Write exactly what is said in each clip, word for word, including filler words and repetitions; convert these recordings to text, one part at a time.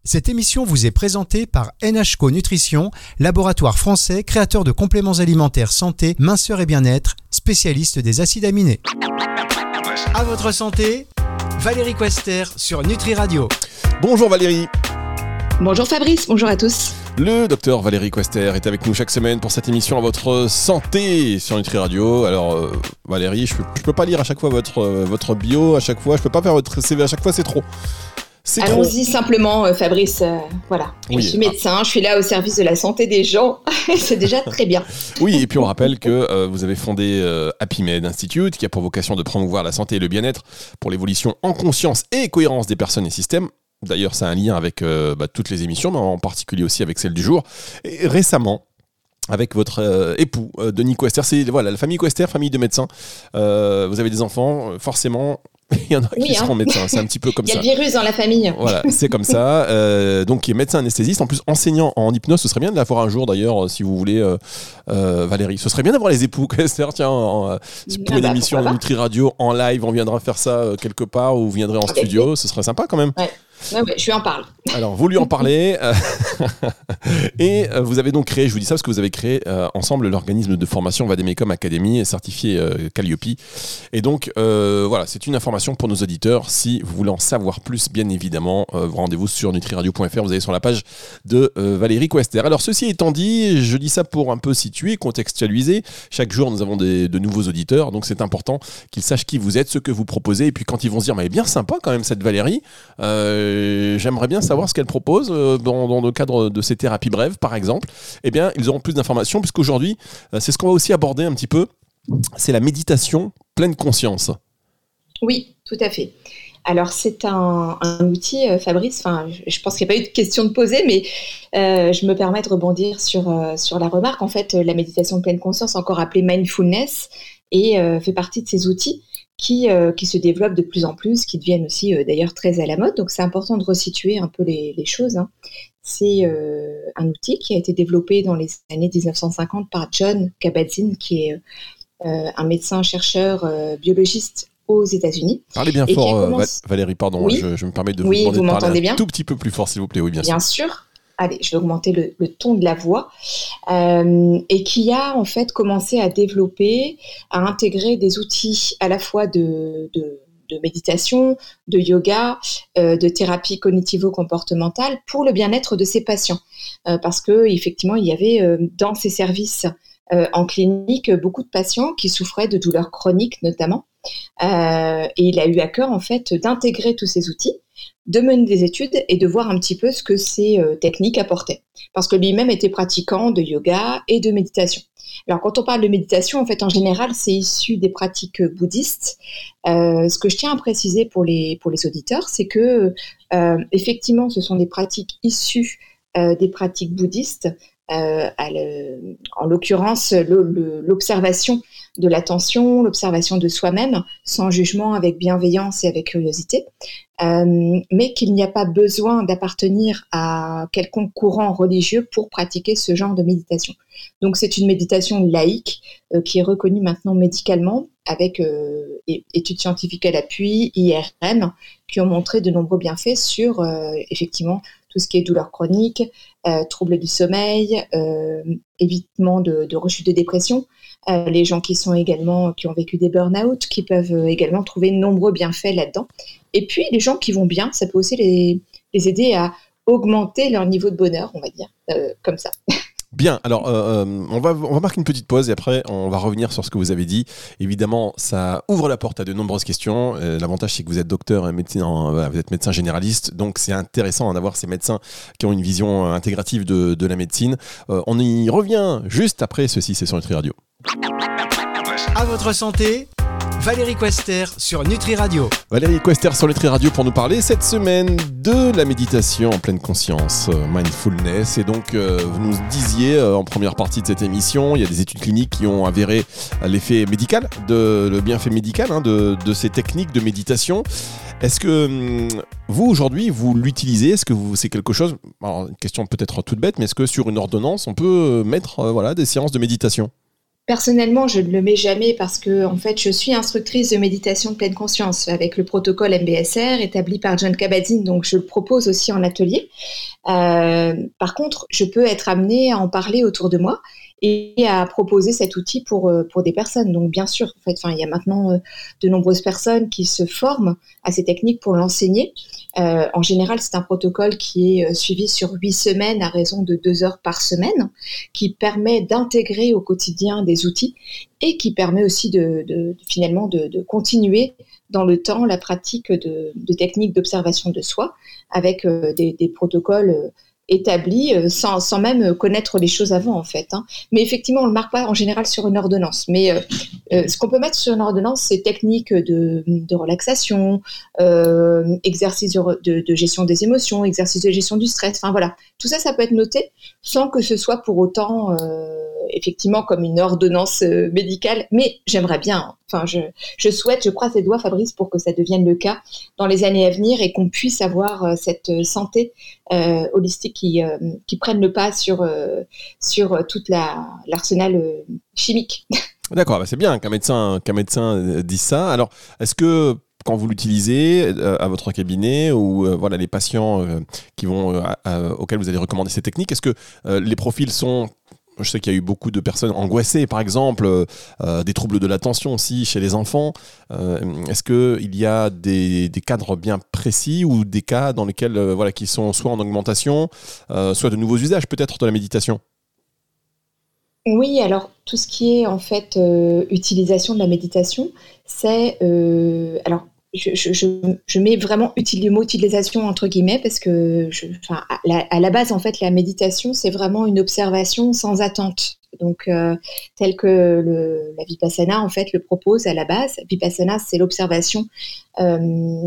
Cette émission vous est présentée par N H C O Nutrition, laboratoire français créateur de compléments alimentaires santé, minceur et bien-être, spécialiste des acides aminés. À votre santé, Valérie Quester sur Nutri Radio. Bonjour Valérie. Bonjour Fabrice, bonjour à tous. Le docteur Valérie Quester est avec nous chaque semaine pour cette émission à votre santé sur Nutri Radio. Alors euh, Valérie, je peux, je peux pas lire à chaque fois votre, euh, votre bio, à chaque fois, je peux pas faire votre C V à chaque fois, c'est trop. C'est Allons-y trop. simplement euh, Fabrice, euh, voilà. Oui, je suis médecin, ah. je suis là au service de la santé des gens, c'est déjà très bien. Oui, et puis on rappelle que euh, vous avez fondé euh, Happy Med Institute, qui a pour vocation de promouvoir la santé et le bien-être pour l'évolution en conscience et cohérence des personnes et systèmes. D'ailleurs, ça a un lien avec euh, bah, toutes les émissions, mais en particulier aussi avec celle du jour. Et récemment, avec votre euh, époux, euh, Denis Quester, c'est voilà, la famille Quester, famille de médecins. Euh, vous avez des enfants, euh, forcément. Il y en a qui oui, seront hein. médecins, c'est un petit peu comme ça. Il y a le virus dans la famille. Voilà, c'est comme ça. Euh, donc, qui est médecin anesthésiste, en plus enseignant en hypnose. Ce serait bien de l'avoir un jour, d'ailleurs, si vous voulez, euh, euh, Valérie. Ce serait bien d'avoir les époux Quester. Tiens, en, en, pour une bah, émission de Nutri Radio en live, on viendra faire ça euh, quelque part ou vous viendrez en okay. studio. Ce serait sympa quand même. Ouais. Ouais, ouais, je lui en parle. Alors, vous lui en parlez. Euh, et euh, vous avez donc créé, je vous dis ça parce que vous avez créé euh, ensemble l'organisme de formation Vademecum Academy, certifié euh, Calliope. Et donc, euh, voilà, c'est une information pour nos auditeurs. Si vous voulez en savoir plus, bien évidemment, euh, rendez-vous sur nutri radio point f r. Vous allez sur la page de euh, Valérie Quester. Alors, ceci étant dit, je dis ça pour un peu situer, contextualiser. Chaque jour, nous avons des, de nouveaux auditeurs. Donc, c'est important qu'ils sachent qui vous êtes, ce que vous proposez. Et puis, quand ils vont se dire, mais elle est bien sympa quand même, cette Valérie. Euh, J'aimerais bien savoir ce qu'elle propose euh, dans, dans le cadre de ces thérapies brèves, par exemple. Eh bien, ils auront plus d'informations puisqu'aujourd'hui, euh, c'est ce qu'on va aussi aborder un petit peu, c'est la méditation pleine conscience. Oui, tout à fait. Alors, c'est un, un outil, euh, Fabrice, enfin, je, je pense qu'il n'y a pas eu de question de poser, mais euh, je me permets de rebondir sur, euh, sur la remarque. En fait, la méditation pleine conscience, encore appelée mindfulness, et euh, fait partie de ces outils qui, euh, qui se développent de plus en plus, qui deviennent aussi euh, d'ailleurs très à la mode. Donc c'est important de resituer un peu les, les choses. Hein. C'est euh, un outil qui a été développé dans les années dix-neuf cent cinquante par John Kabat-Zinn, qui est euh, un médecin-chercheur euh, biologiste aux États-Unis. Parlez bien fort, commencé... Valérie, pardon, oui. je, je me permets de vous oui, demander vous de parler bien un tout petit peu plus fort, s'il vous plaît. Oui, bien, bien sûr. Bien sûr. Allez, je vais augmenter le, le ton de la voix, euh, et qui a en fait commencé à développer, à intégrer des outils à la fois de, de, de méditation, de yoga, euh, de thérapie cognitivo-comportementale pour le bien-être de ses patients. Euh, parce que effectivement, il y avait euh, dans ces services euh, en clinique beaucoup de patients qui souffraient de douleurs chroniques notamment. Euh, et il a eu à cœur en fait d'intégrer tous ces outils, de mener des études et de voir un petit peu ce que ces euh, techniques apportaient. Parce que lui-même était pratiquant de yoga et de méditation. Alors quand on parle de méditation, en fait en général c'est issu des pratiques bouddhistes. Euh, ce que je tiens à préciser pour les, pour les auditeurs, c'est que euh, effectivement ce sont des pratiques issues euh, des pratiques bouddhistes. Euh, à le, en l'occurrence le, le, l'observation de l'attention, l'observation de soi-même, sans jugement, avec bienveillance et avec curiosité, euh, mais qu'il n'y a pas besoin d'appartenir à quelconque courant religieux pour pratiquer ce genre de méditation. Donc c'est une méditation laïque euh, qui est reconnue maintenant médicalement, avec euh, études scientifiques à l'appui, I R M, qui ont montré de nombreux bienfaits sur euh, effectivement tout ce qui est douleur chronique, euh, troubles du sommeil, euh, évitement de, de rechute de dépression. Euh, les gens qui sont également, qui ont vécu des burn-out, qui peuvent euh, également trouver de nombreux bienfaits là-dedans. Et puis, les gens qui vont bien, ça peut aussi les, les aider à augmenter leur niveau de bonheur, on va dire, euh, comme ça. Bien, alors euh, on, va, on va marquer une petite pause et après on va revenir sur ce que vous avez dit. Évidemment, ça ouvre la porte à de nombreuses questions. Euh, l'avantage, c'est que vous êtes docteur et médecin, euh, vous êtes médecin généraliste, donc c'est intéressant d'avoir ces médecins qui ont une vision intégrative de, de la médecine. Euh, on y revient juste après ceci, c'est sur Nutri Radio. À votre santé, Valérie Quester sur Nutri Radio. Valérie Quester sur Nutri Radio pour nous parler cette semaine de la méditation en pleine conscience, euh, mindfulness. Et donc, euh, vous nous disiez euh, en première partie de cette émission, il y a des études cliniques qui ont avéré l'effet médical, de, le bienfait médical hein, de, de ces techniques de méditation. Est-ce que hum, vous, aujourd'hui, vous l'utilisez ? Est-ce que vous, c'est quelque chose, alors, une question peut-être toute bête, mais est-ce que sur une ordonnance, on peut mettre euh, voilà, des séances de méditation ? Personnellement, je ne le mets jamais parce que, en fait, je suis instructrice de méditation de pleine conscience avec le protocole M B S R établi par Jon Kabat-Zinn, donc je le propose aussi en atelier. Euh, par contre, je peux être amenée à en parler autour de moi et à proposer cet outil pour pour des personnes. Donc, bien sûr, en fait, enfin, il y a maintenant euh, de nombreuses personnes qui se forment à ces techniques pour l'enseigner. Euh, en général, c'est un protocole qui est suivi sur huit semaines à raison de deux heures par semaine, qui permet d'intégrer au quotidien des outils et qui permet aussi de, de, de finalement de, de continuer dans le temps la pratique de, de techniques d'observation de soi avec euh, des, des protocoles euh, établi euh, sans, sans même connaître les choses avant en fait. Hein. Mais effectivement, on ne le marque pas en général sur une ordonnance. Mais euh, euh, ce qu'on peut mettre sur une ordonnance, c'est techniques de, de relaxation, euh, exercice de, de, de gestion des émotions, exercice de gestion du stress. Enfin voilà, tout ça, ça peut être noté sans que ce soit pour autant euh, effectivement comme une ordonnance euh, médicale. Mais j'aimerais bien. Hein. Enfin, je, je souhaite, je croise les doigts, Fabrice, pour que ça devienne le cas dans les années à venir et qu'on puisse avoir euh, cette santé euh, holistique qui, euh, qui prenne le pas sur, euh, sur toute la, l'arsenal euh, chimique. D'accord, bah c'est bien qu'un médecin, qu'un médecin dise ça. Alors, est-ce que quand vous l'utilisez euh, à votre cabinet ou euh, voilà, les patients euh, qui vont, euh, à, auxquels vous allez recommander ces techniques, est-ce que euh, les profils sont... Je sais qu'il y a eu beaucoup de personnes angoissées, par exemple, euh, des troubles de l'attention aussi chez les enfants. Euh, est-ce qu'il y a des, des cadres bien précis ou des cas dans lesquels, euh, voilà, qui sont soit en augmentation, euh, soit de nouveaux usages peut-être de la méditation ? Oui, alors tout ce qui est en fait euh, utilisation de la méditation, c'est... Euh, alors, Je, je, je mets vraiment util, le mot utilisation entre guillemets parce que je, enfin, à, la, à la base en fait la méditation c'est vraiment une observation sans attente donc euh, tel que le, la Vipassana en fait le propose à la base. Vipassana c'est l'observation euh,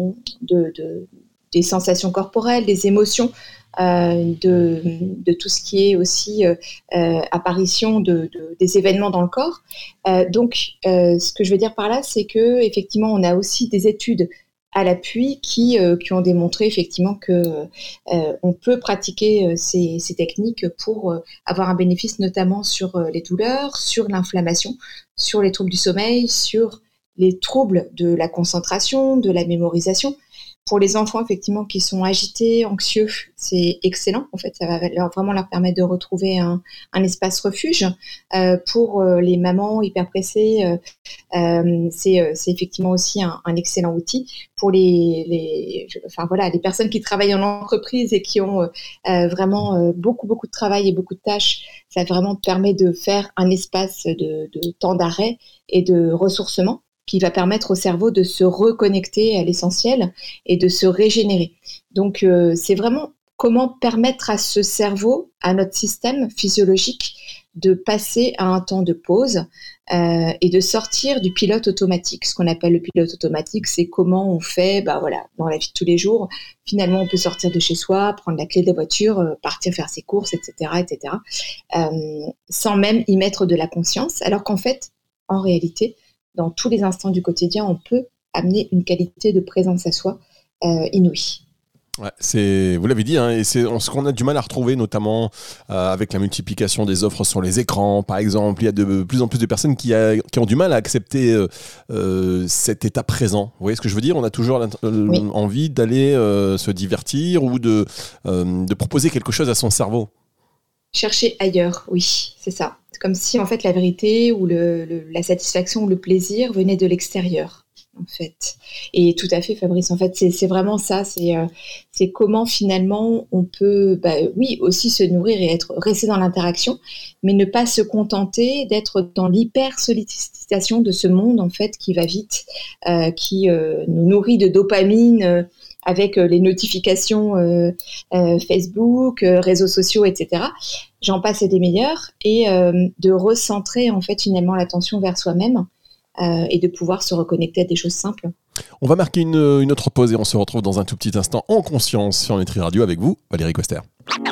de, de, des sensations corporelles, des émotions, euh, de, de tout ce qui est aussi euh, euh, apparition de, de, des événements dans le corps. Euh, donc, euh, ce que je veux dire par là, c'est que effectivement, on a aussi des études à l'appui qui, euh, qui ont démontré effectivement que euh, on peut pratiquer euh, ces, ces techniques pour euh, avoir un bénéfice notamment sur euh, les douleurs, sur l'inflammation, sur les troubles du sommeil, sur les troubles de la concentration, de la mémorisation. Pour les enfants, effectivement, qui sont agités, anxieux, c'est excellent. En fait, ça va leur, vraiment leur permettre de retrouver un, un espace refuge. Euh, pour euh, les mamans hyper pressées, euh, euh, c'est, euh, c'est effectivement aussi un, un excellent outil. Pour les, les, enfin voilà, les personnes qui travaillent en entreprise et qui ont euh, vraiment euh, beaucoup, beaucoup de travail et beaucoup de tâches, ça vraiment permet de faire un espace de, de temps d'arrêt et de ressourcement, qui va permettre au cerveau de se reconnecter à l'essentiel et de se régénérer. Donc, euh, c'est vraiment comment permettre à ce cerveau, à notre système physiologique, de passer à un temps de pause euh, et de sortir du pilote automatique. Ce qu'on appelle le pilote automatique, c'est comment on fait, bah voilà, dans la vie de tous les jours. Finalement, on peut sortir de chez soi, prendre la clé de la voiture, euh, partir faire ses courses, et cetera, et cetera, euh, sans même y mettre de la conscience. Alors qu'en fait, en réalité, dans tous les instants du quotidien, on peut amener une qualité de présence à soi euh, inouïe. Ouais, c'est, vous l'avez dit, hein, et c'est ce qu'on a du mal à retrouver, notamment euh, avec la multiplication des offres sur les écrans, par exemple. Il y a de plus en plus de personnes qui, a, qui ont du mal à accepter euh, euh, cet état présent. Vous voyez ce que je veux dire ? On a toujours euh, oui. envie d'aller euh, se divertir ou de, euh, de proposer quelque chose à son cerveau. Chercher ailleurs, oui, c'est ça. C'est comme si en fait la vérité ou le, le, la satisfaction ou le plaisir venait de l'extérieur, en fait. Et tout à fait, Fabrice, en fait, c'est, c'est vraiment ça. C'est, euh, c'est comment finalement on peut, bah, oui, aussi se nourrir et être rester dans l'interaction, mais ne pas se contenter d'être dans l'hyper sollicitation de ce monde en fait qui va vite, euh, qui euh, nous nourrit de dopamine. Euh, avec euh, les notifications euh, euh, Facebook, euh, réseaux sociaux, et cetera. J'en passe et des meilleurs. Et euh, de recentrer en fait finalement l'attention vers soi-même euh, et de pouvoir se reconnecter à des choses simples. On va marquer une, une autre pause et on se retrouve dans un tout petit instant en conscience sur Nutri Radio avec vous, Valérie Quester.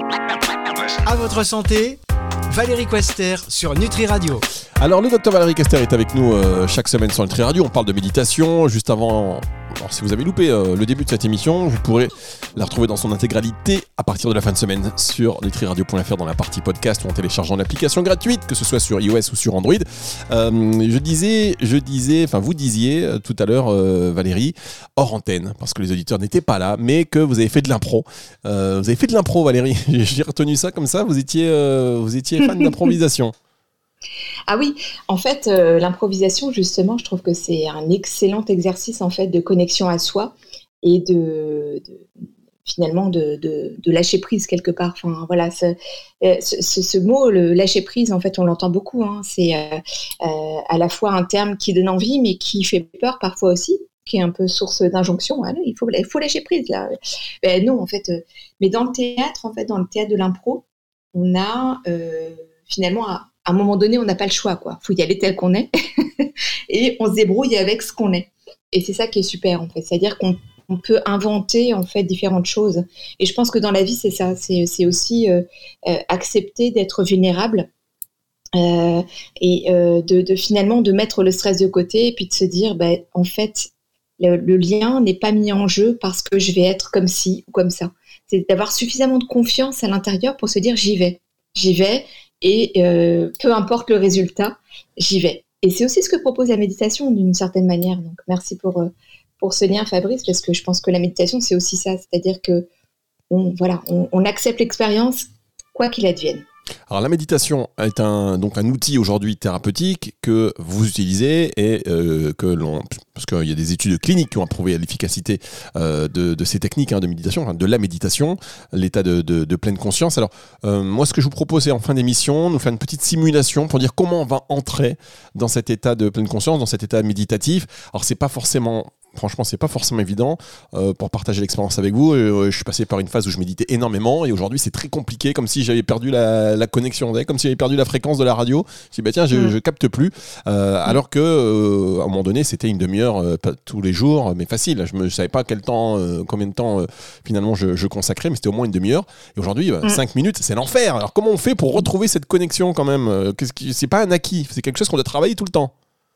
À votre santé, Valérie Quester sur Nutri Radio. Alors le docteur Valérie Quester est avec nous euh, chaque semaine sur Nutri Radio. On parle de méditation. Juste avant Alors si vous avez loupé euh, le début de cette émission, vous pourrez la retrouver dans son intégralité à partir de la fin de semaine sur nutri radio point f r dans la partie podcast ou en téléchargeant l'application gratuite, que ce soit sur iOS ou sur Android. Euh, je disais, je disais, enfin vous disiez euh, tout à l'heure, euh, Valérie, hors antenne, parce que les auditeurs n'étaient pas là, mais que vous avez fait de l'impro. Euh, vous avez fait de l'impro, Valérie. J'ai retenu ça comme ça. Vous étiez, euh, vous étiez fan d'improvisation. Ah oui, en fait, euh, l'improvisation, justement, je trouve que c'est un excellent exercice en fait de connexion à soi et de, de finalement de, de, de lâcher prise quelque part. Enfin voilà, ce, ce, ce mot, le lâcher prise, en fait, on l'entend beaucoup. Hein. C'est euh, euh, à la fois un terme qui donne envie, mais qui fait peur parfois aussi, qui est un peu source d'injonction. Ah, il faut, il faut lâcher prise là. Ben, non, en fait, euh, mais dans le théâtre, en fait, dans le théâtre de l'impro, on a euh, finalement à À un moment donné, on n'a pas le choix, quoi. Faut y aller tel qu'on est et on se débrouille avec ce qu'on est. Et c'est ça qui est super, en fait. C'est-à-dire qu'on on peut inventer, en fait, différentes choses. Et je pense que dans la vie, c'est ça. C'est, c'est aussi euh, euh, accepter d'être vulnérable euh, et euh, de, de finalement de mettre le stress de côté et puis de se dire, bah, en fait, le, le lien n'est pas mis en jeu parce que je vais être comme ci ou comme ça. C'est d'avoir suffisamment de confiance à l'intérieur pour se dire, j'y vais. J'y vais. Et euh, peu importe le résultat, j'y vais. Et c'est aussi ce que propose la méditation d'une certaine manière. Donc merci pour, euh, pour ce lien, Fabrice, parce que je pense que la méditation, c'est aussi ça. C'est-à-dire que on, voilà, on, on accepte l'expérience, quoi qu'il advienne. Alors la méditation est un, donc un outil aujourd'hui thérapeutique que vous utilisez et euh, que l'on, parce qu'il y a des études cliniques qui ont approuvé l'efficacité euh, de, de ces techniques hein, de méditation, enfin, de la méditation, l'état de, de, de pleine conscience. Alors euh, moi ce que je vous propose c'est en fin d'émission, nous faire une petite simulation pour dire comment on va entrer dans cet état de pleine conscience, dans cet état méditatif. Alors c'est pas forcément... Franchement, c'est pas forcément évident euh, pour partager l'expérience avec vous. Euh, je suis passé par une phase où je méditais énormément et aujourd'hui c'est très compliqué, comme si j'avais perdu la, la connexion, comme si j'avais perdu la fréquence de la radio. Je dis bah tiens, je, mmh. je capte plus. Euh, mmh. Alors que euh, à un moment donné, c'était une demi-heure euh, tous les jours, mais facile. Je ne savais pas quel temps, euh, combien de temps euh, finalement je, je consacrais, mais c'était au moins une demi-heure. Et aujourd'hui, euh, mmh. cinq minutes, c'est l'enfer. Alors comment on fait pour retrouver cette connexion quand même ? Qu'est-ce qui, c'est pas un acquis, c'est quelque chose qu'on doit travailler tout le temps.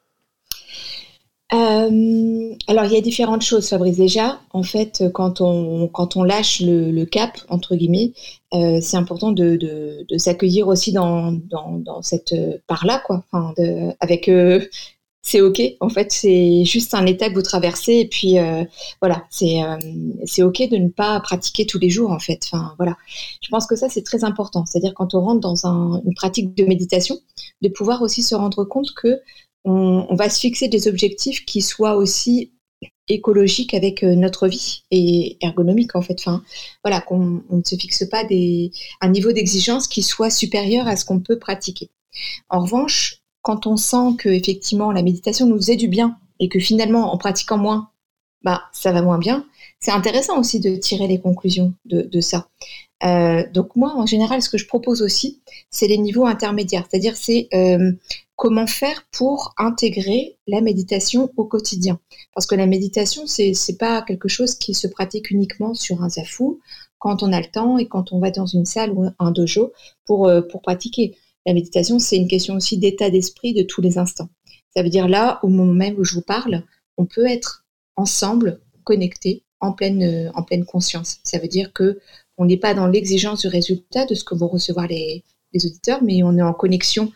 Euh, alors il y a différentes choses, Fabrice. Déjà, en fait, quand on quand on lâche le, le cap entre guillemets, euh, c'est important de, de, de s'accueillir aussi dans dans, dans cette part-là, quoi. Enfin, de, avec euh, c'est ok. En fait, c'est juste un état que vous traversez et puis euh, voilà, c'est euh, c'est ok de ne pas pratiquer tous les jours en fait. Enfin voilà, je pense que ça c'est très important. C'est-à-dire quand on rentre dans un, une pratique de méditation, de pouvoir aussi se rendre compte que On, on va se fixer des objectifs qui soient aussi écologiques avec notre vie et ergonomiques en fait. Enfin, voilà, qu'on on ne se fixe pas des, un niveau d'exigence qui soit supérieur à ce qu'on peut pratiquer. En revanche, quand on sent que effectivement la méditation nous faisait du bien et que finalement en pratiquant moins, bah ça va moins bien, c'est intéressant aussi de tirer les conclusions de, de ça. Euh, donc moi, en général, ce que je propose aussi, c'est les niveaux intermédiaires, c'est-à-dire c'est euh, comment faire pour intégrer la méditation au quotidien. Parce que la méditation, c'est c'est pas quelque chose qui se pratique uniquement sur un zafou, quand on a le temps et quand on va dans une salle ou un dojo pour, euh, pour pratiquer. La méditation, c'est une question aussi d'état d'esprit de tous les instants. Ça veut dire là, au moment même où je vous parle, on peut être ensemble, connectés, en pleine, euh, en pleine conscience. Ça veut dire que on n'est pas dans l'exigence du résultat de ce que vont recevoir les, les auditeurs, mais on est en connexion,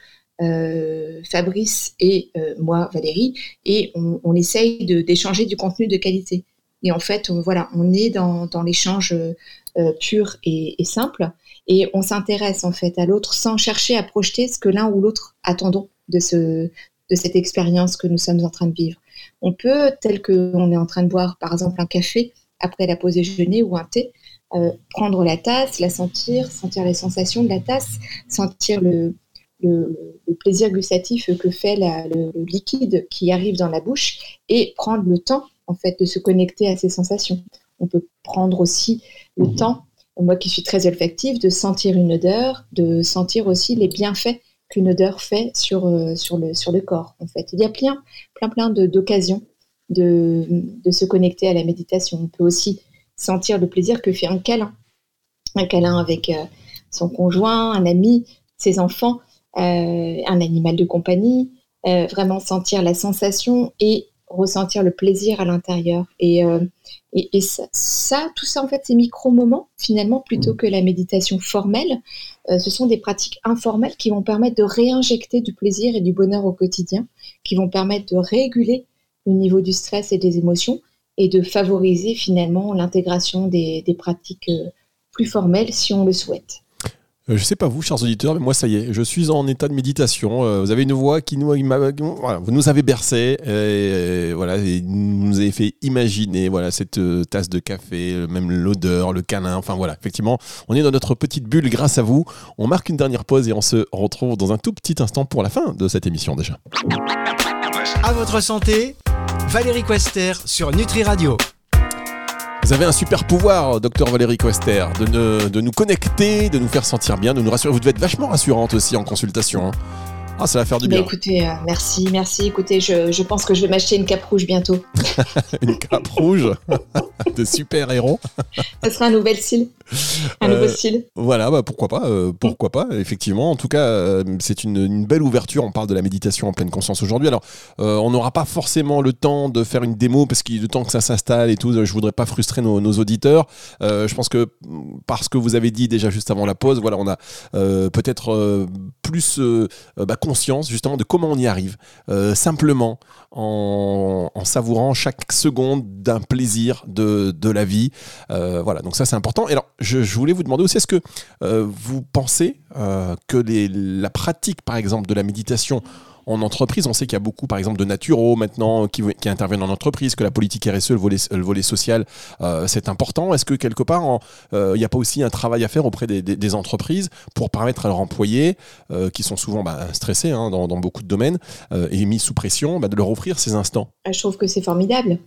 euh, Fabrice et euh, moi, Valérie, et on, on essaye de, d'échanger du contenu de qualité. Et en fait, on, voilà, on est dans, dans l'échange euh, pur et, et simple, et on s'intéresse en fait à l'autre sans chercher à projeter ce que l'un ou l'autre attendons de, ce, de cette expérience que nous sommes en train de vivre. On peut, tel qu'on est en train de boire par exemple un café après la pause déjeuner ou un thé, Euh, prendre la tasse, la sentir, sentir les sensations de la tasse, sentir le, le, le plaisir gustatif que fait la, le, le liquide qui arrive dans la bouche et prendre le temps en fait de se connecter à ces sensations. On peut prendre aussi le mmh. temps, moi qui suis très olfactive, de sentir une odeur, de sentir aussi les bienfaits qu'une odeur fait sur, euh, sur, le, sur le corps. En fait. Il y a plein, plein, plein de, d'occasions de, de se connecter à la méditation. On peut aussi sentir le plaisir que fait un câlin. Un câlin avec euh, son conjoint, un ami, ses enfants, euh, un animal de compagnie. Euh, vraiment sentir la sensation et ressentir le plaisir à l'intérieur. Et, euh, et, et ça, ça, tout ça, en fait, ces micro-moments, finalement, plutôt que la méditation formelle, euh, ce sont des pratiques informelles qui vont permettre de réinjecter du plaisir et du bonheur au quotidien, qui vont permettre de réguler le niveau du stress et des émotions et de favoriser, finalement, l'intégration des, des pratiques euh, plus formelles, si on le souhaite. Je ne sais pas vous, chers auditeurs, mais moi, ça y est, je suis en état de méditation. Vous avez une voix qui nous, voilà, vous nous avez bercé, et, et, voilà, et nous avez fait imaginer, voilà, cette tasse de café, même l'odeur, le câlin. Enfin voilà, effectivement, on est dans notre petite bulle grâce à vous. On marque une dernière pause et on se retrouve dans un tout petit instant pour la fin de cette émission déjà. À votre santé, Valérie Quester sur Nutri Radio. Vous avez un super pouvoir, docteur Valérie Quester, de, ne, de nous connecter, de nous faire sentir bien, de nous rassurer. Vous devez être vachement rassurante aussi en consultation. Hein. Ah, ça va faire du bien. Bah écoutez, euh, merci, merci. Écoutez, je, je pense que je vais m'acheter une cape rouge bientôt. Une cape rouge de super-héros. Ça sera un nouvel style. Un euh, nouveau style. Voilà, bah pourquoi pas, euh, pourquoi pas, effectivement. En tout cas, euh, c'est une, une belle ouverture. On parle de la méditation en pleine conscience aujourd'hui. Alors, euh, on n'aura pas forcément le temps de faire une démo parce qu'il y a le temps que ça s'installe et tout. Je voudrais pas frustrer nos, nos auditeurs. Euh, je pense que parce que vous avez dit déjà juste avant la pause, voilà, on a euh, peut-être euh, plus euh, bah, conscience justement de comment on y arrive. Euh, simplement en, en savourant chaque seconde d'un plaisir de, de la vie. Euh, voilà, donc ça c'est important. Et alors, je, je voulais vous demander aussi, est-ce que euh, vous pensez euh, que les, la pratique, par exemple, de la méditation en entreprise, on sait qu'il y a beaucoup, par exemple, de naturaux maintenant qui, qui interviennent en entreprise, que la politique R S E, le volet, le volet social, euh, c'est important. Est-ce que quelque part, il n'y euh, a pas aussi un travail à faire auprès des, des, des entreprises pour permettre à leurs employés, euh, qui sont souvent bah, stressés hein, dans, dans beaucoup de domaines euh, et mis sous pression, bah, de leur offrir ces instants? Je trouve que c'est formidable.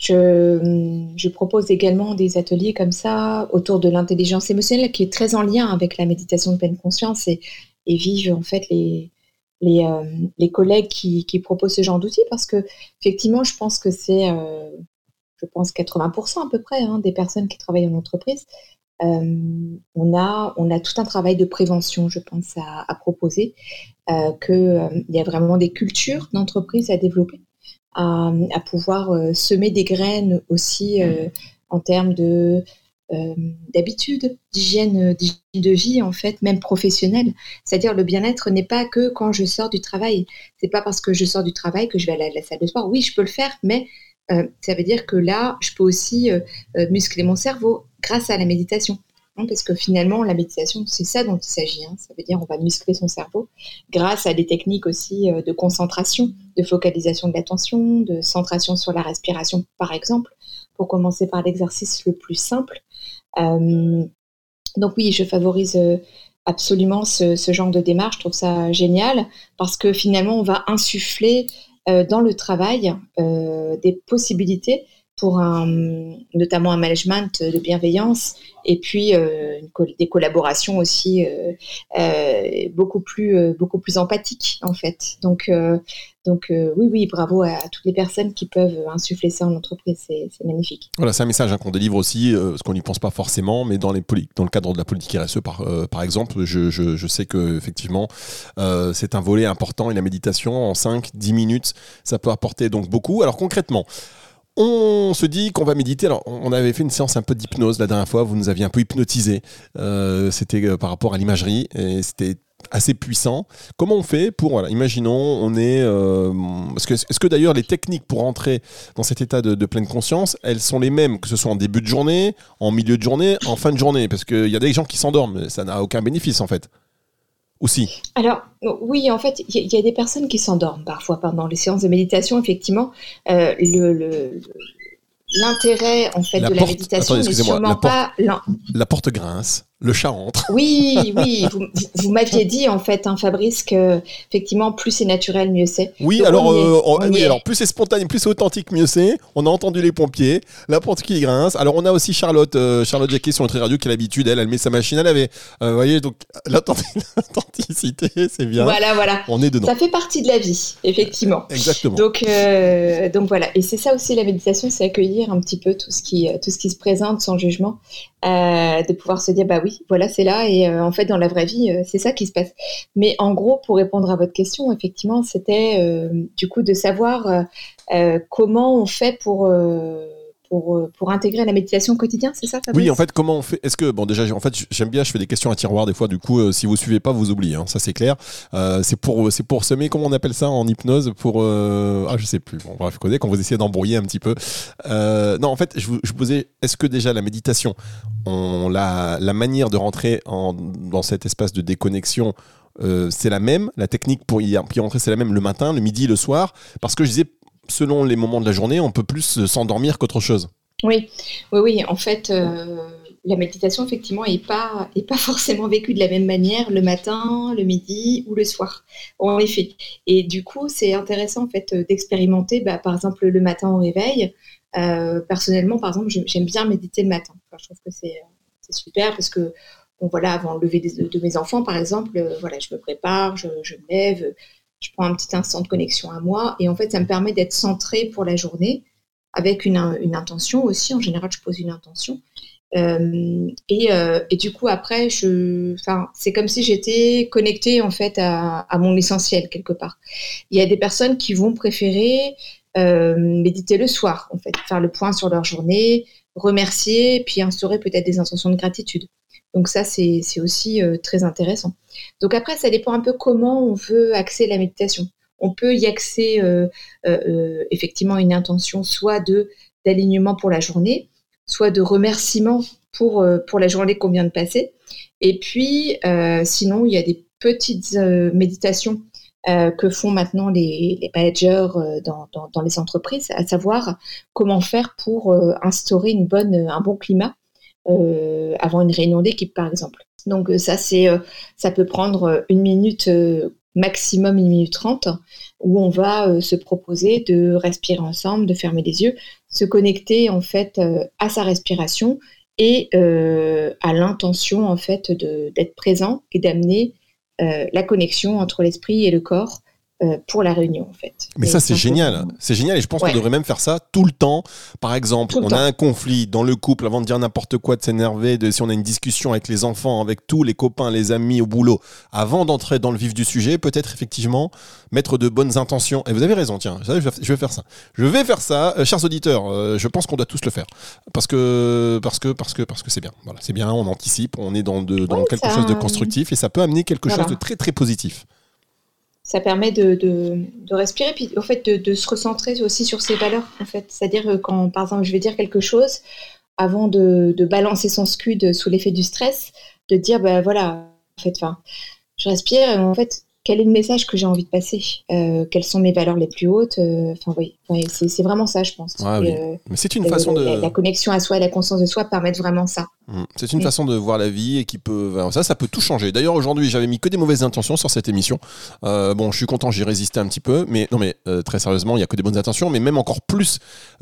Je, je propose également des ateliers comme ça autour de l'intelligence émotionnelle qui est très en lien avec la méditation de pleine conscience et, et vivent en fait les... Les, euh, les collègues qui, qui proposent ce genre d'outils parce que effectivement je pense que c'est euh, je pense quatre-vingts pour cent à peu près hein, des personnes qui travaillent en entreprise euh, on a on a tout un travail de prévention je pense à, à proposer euh, que euh, il y a vraiment des cultures d'entreprise à développer à, à pouvoir euh, semer des graines aussi euh, en termes de Euh, d'habitude, d'hygiène, d'hygiène de vie en fait, même professionnelle. C'est-à-dire le bien-être n'est pas que quand je sors du travail. C'est pas parce que je sors du travail que je vais à la, la salle de sport. Oui, je peux le faire, mais euh, ça veut dire que là, je peux aussi euh, euh, muscler mon cerveau grâce à la méditation. Hein, parce que finalement, la méditation, c'est ça dont il s'agit. Hein. Ça veut dire on va muscler son cerveau grâce à des techniques aussi euh, de concentration, de focalisation de l'attention, de centration sur la respiration, par exemple, pour commencer par l'exercice le plus simple. Euh, donc oui, je favorise euh, absolument ce, ce genre de démarche. Je trouve ça génial parce que finalement, on va insuffler euh, dans le travail euh, des possibilités pour un, notamment un management de bienveillance et puis euh, une, des collaborations aussi euh, euh, beaucoup plus euh, beaucoup plus empathiques en fait. Donc euh, donc euh, oui oui bravo à, à toutes les personnes qui peuvent insuffler ça en entreprise, c'est, c'est magnifique. Voilà, c'est un message hein, qu'on délivre aussi, euh, parce qu'on n'y pense pas forcément, mais dans les poli- dans le cadre de la politique R S E par euh, par exemple, je je je sais que effectivement euh, c'est un volet important et la méditation en cinq dix minutes, ça peut apporter donc beaucoup. Alors concrètement, on se dit qu'on va méditer. Alors, on avait fait une séance un peu d'hypnose la dernière fois. Vous nous aviez un peu hypnotisé. Euh, c'était euh, par rapport à l'imagerie et c'était assez puissant. Comment on fait pour, voilà, imaginons, on est... Euh, est-ce que, est-ce que d'ailleurs les techniques pour entrer dans cet état de, de pleine conscience, elles sont les mêmes, que ce soit en début de journée, en milieu de journée, en fin de journée? Parce qu'il y a des gens qui s'endorment. Ça n'a aucun bénéfice, en fait. Aussi. Alors, oui, en fait, il y, y a des personnes qui s'endorment parfois pendant les séances de méditation, effectivement. Euh, le, le, l'intérêt, en fait, la de porte, la méditation attendez, n'est sûrement la porte, pas... La porte grince, le chat rentre. Oui, oui, vous, vous m'aviez dit, en fait, hein, Fabrice, que, effectivement, plus c'est naturel, mieux c'est. Oui, Donc, alors, on est, euh, on, on oui alors, plus c'est spontané, plus c'est authentique, mieux c'est. On a entendu les pompiers, la porte qui grince. Alors, on a aussi Charlotte, euh, Charlotte Jacquet sur Nutri Radio qui a l'habitude, elle, elle met sa machine à laver. Euh, vous voyez, donc, l'authenticité, c'est bien. Voilà, voilà. On est dedans. Ça fait partie de la vie, effectivement. Exactement. Donc, euh, donc voilà. Et c'est ça aussi, la méditation, c'est accueillir un petit peu tout ce qui, tout ce qui se présente sans jugement. Euh, de pouvoir se dire, bah oui, oui, voilà, c'est là. Et euh, en fait, dans la vraie vie, euh, c'est ça qui se passe. Mais en gros, pour répondre à votre question, effectivement, c'était euh, du coup de savoir euh, euh, comment on fait pour, euh, pour, pour intégrer la méditation au quotidien, c'est ça, Fabrice ? Oui, en fait, comment on fait ? Est-ce que, bon, déjà, en fait, j'aime bien, je fais des questions à tiroir des fois, du coup, euh, si vous suivez pas, vous oubliez, hein, ça c'est clair. Euh, c'est pour, c'est pour semer, comment on appelle ça en hypnose ? Pour, euh, ah, je sais plus. Bon, bref, quand vous essayez d'embrouiller un petit peu. Euh, non, en fait, je vous, je vous posais, est-ce que déjà la méditation, on, la, la manière de rentrer en, dans cet espace de déconnexion, euh, c'est la même ? La technique pour y, pour y rentrer, c'est la même le matin, le midi, le soir ? Parce que je disais, selon les moments de la journée, on peut plus s'endormir qu'autre chose. Oui, oui, oui. En fait, euh, la méditation, effectivement, n'est pas, est pas forcément vécue de la même manière le matin, le midi ou le soir, en effet. Et du coup, c'est intéressant, en fait, d'expérimenter, bah, par exemple, le matin au réveil. Euh, personnellement, par exemple, j'aime bien méditer le matin. Enfin, je trouve que c'est, c'est super parce que, bon, voilà, avant le lever de, de mes enfants, par exemple, euh, voilà, je me prépare, je, je me lève, je prends un petit instant de connexion à moi. Et en fait, ça me permet d'être centrée pour la journée, avec une, une intention aussi. En général, je pose une intention. Euh, et, euh, et du coup, après, je, c'est comme si j'étais connectée en fait, à, à mon essentiel, quelque part. Il y a des personnes qui vont préférer euh, méditer le soir, en fait, faire le point sur leur journée, remercier, puis instaurer peut-être des intentions de gratitude. Donc ça, c'est, c'est aussi euh, très intéressant. Donc après, ça dépend un peu comment on veut axer la méditation. On peut y axer euh, euh, effectivement une intention soit de, d'alignement pour la journée, soit de remerciement pour, euh, pour la journée qu'on vient de passer. Et puis, euh, sinon, il y a des petites euh, méditations euh, que font maintenant les, les managers euh, dans, dans, dans les entreprises, à savoir comment faire pour euh, instaurer une bonne, un bon climat euh, avant une réunion d'équipe, par exemple. Donc ça, c'est, euh, ça peut prendre une minute euh, maximum une minute trente, où on va euh, se proposer de respirer ensemble, de fermer les yeux, se connecter en fait euh, à sa respiration et euh, à l'intention en fait de, d'être présent et d'amener euh, la connexion entre l'esprit et le corps euh, pour la réunion en fait. Mais et ça c'est génial, c'est génial et je pense ouais. qu'on devrait même faire ça tout le temps. Par exemple, on temps. a un conflit dans le couple, avant de dire n'importe quoi, de s'énerver, de, si on a une discussion avec les enfants, avec tous les copains, les amis au boulot, avant d'entrer dans le vif du sujet, peut-être effectivement mettre de bonnes intentions. Et vous avez raison, tiens, je vais faire ça. Je vais faire ça, euh, chers auditeurs. Euh, je pense qu'on doit tous le faire parce que parce que parce que parce que c'est bien. Voilà, c'est bien. On anticipe, on est dans de, dans ouais, quelque ça... chose de constructif et ça peut amener quelque voilà. chose de très très positif. Ça permet de, de, de respirer, puis en fait de, de se recentrer aussi sur ses valeurs. En fait, c'est-à-dire quand, par exemple, je vais dire quelque chose, avant de, de balancer son scud sous l'effet du stress, de dire, ben voilà, en fait, enfin, je respire. Et en fait, quel est le message que j'ai envie de passer ? euh, Quelles sont mes valeurs les plus hautes ? Enfin, oui, oui c'est, c'est vraiment ça, je pense. Ah, oui. euh, Mais c'est une euh, façon de la, la connexion à soi et la conscience de soi permettent vraiment ça. C'est une mmh. façon de voir la vie et qui peut, ça, ça peut tout changer. D'ailleurs, aujourd'hui, j'avais mis que des mauvaises intentions sur cette émission. Euh, bon, je suis content, j'ai résisté un petit peu, mais non, mais euh, très sérieusement, il y a que des bonnes intentions, mais même encore plus.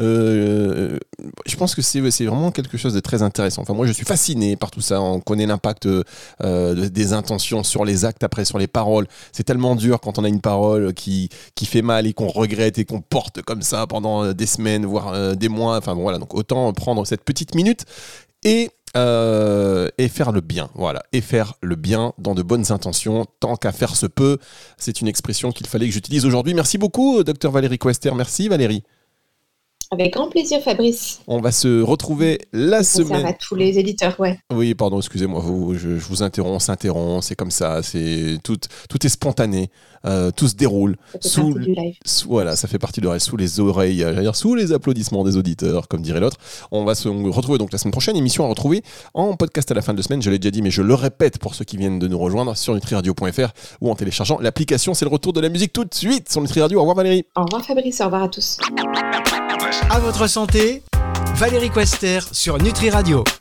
Euh, je pense que c'est, c'est vraiment quelque chose de très intéressant. Enfin, moi, je suis fasciné par tout ça. On connaît l'impact euh, des intentions sur les actes, après sur les paroles. C'est tellement dur quand on a une parole qui qui fait mal et qu'on regrette et qu'on porte comme ça pendant des semaines, voire euh, des mois. Enfin bon, voilà. Donc autant prendre cette petite minute et Euh, et faire le bien, voilà, et faire le bien dans de bonnes intentions, tant qu'à faire se peut. C'est une expression qu'il fallait que j'utilise aujourd'hui. Merci beaucoup, docteur Valérie Quester. Merci, Valérie. Avec grand plaisir, Fabrice. On va se retrouver la ça semaine. Ça à tous les éditeurs, ouais. Oui, pardon, excusez-moi, vous, je, je vous interromps, on s'interrompt, c'est comme ça, c'est tout, tout est spontané, euh, tout se déroule. Ça fait sous, partie du live. Sous, voilà, ça fait partie du live, sous les oreilles, j'allais dire sous les applaudissements des auditeurs, comme dirait l'autre. On va se retrouver donc la semaine prochaine, émission à retrouver en podcast à la fin de la semaine. Je l'ai déjà dit, mais je le répète pour ceux qui viennent de nous rejoindre sur nutri radio point f r ou en téléchargeant l'application. C'est le retour de la musique tout de suite sur Nutri Radio. Au revoir Valérie. Au revoir Fabrice, au revoir à tous. À votre santé, Valérie Quester sur Nutri Radio.